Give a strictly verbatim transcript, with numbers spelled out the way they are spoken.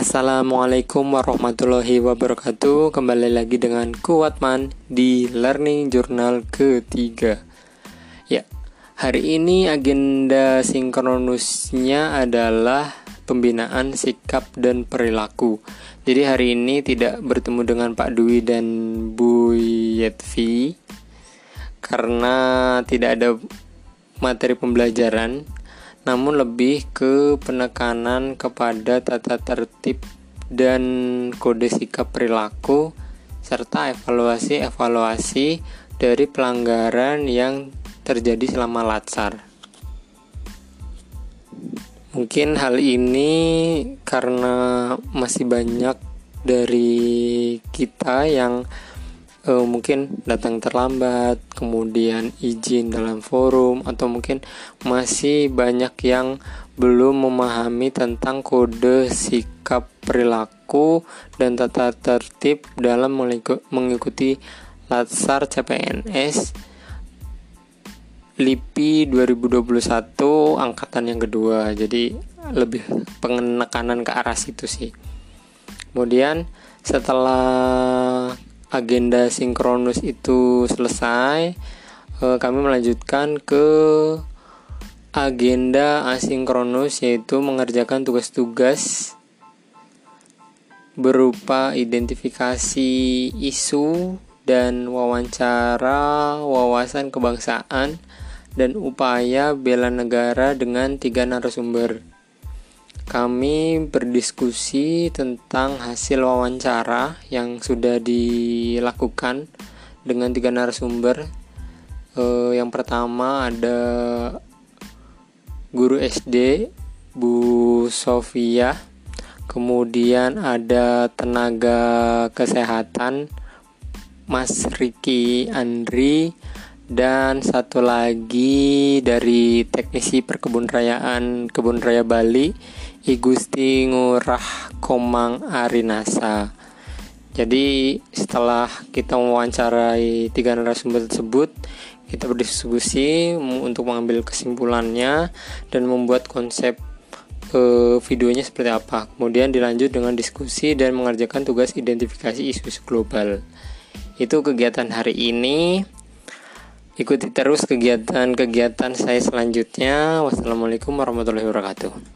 Assalamualaikum warahmatullahi wabarakatuh. Kembali lagi dengan Kuatman di Learning Journal ketiga. Ya, hari ini agenda sinkronusnya adalah pembinaan sikap dan perilaku. Jadi hari ini tidak bertemu dengan Pak Dwi dan Bu Yetvi karena tidak ada materi pembelajaran, namun lebih ke penekanan kepada tata tertib dan kode sikap perilaku serta evaluasi-evaluasi dari pelanggaran yang terjadi selama latsar. Mungkin hal ini karena masih banyak dari kita yang Uh, mungkin datang terlambat, kemudian izin dalam forum, atau mungkin masih banyak yang belum memahami tentang kode sikap perilaku dan tata tertib dalam mengikuti Latsar C P N S L I P I dua ribu dua puluh satu angkatan yang kedua. Jadi lebih penekanan ke arah situ sih. Kemudian setelah agenda sinkronus itu selesai, eh, kami melanjutkan ke agenda asinkronus, yaitu mengerjakan tugas-tugas berupa identifikasi isu dan wawancara wawasan kebangsaan dan upaya bela negara dengan tiga narasumber. Kami berdiskusi tentang hasil wawancara yang sudah dilakukan dengan tiga narasumber. Eh, yang pertama ada guru S D Bu Sofia, kemudian ada tenaga kesehatan Mas Riki Andri, dan satu lagi dari teknisi perkebunrayaan Kebun Raya Bali, I Gusti Ngurah Komang Arinasa. Jadi setelah kita mewawancarai tiga narasumber tersebut, kita berdiskusi untuk mengambil kesimpulannya dan membuat konsep eh, videonya seperti apa. Kemudian dilanjut dengan diskusi dan mengerjakan tugas identifikasi isu-isu global. Itu kegiatan hari ini. Ikuti terus kegiatan-kegiatan saya selanjutnya. Wassalamualaikum warahmatullahi wabarakatuh.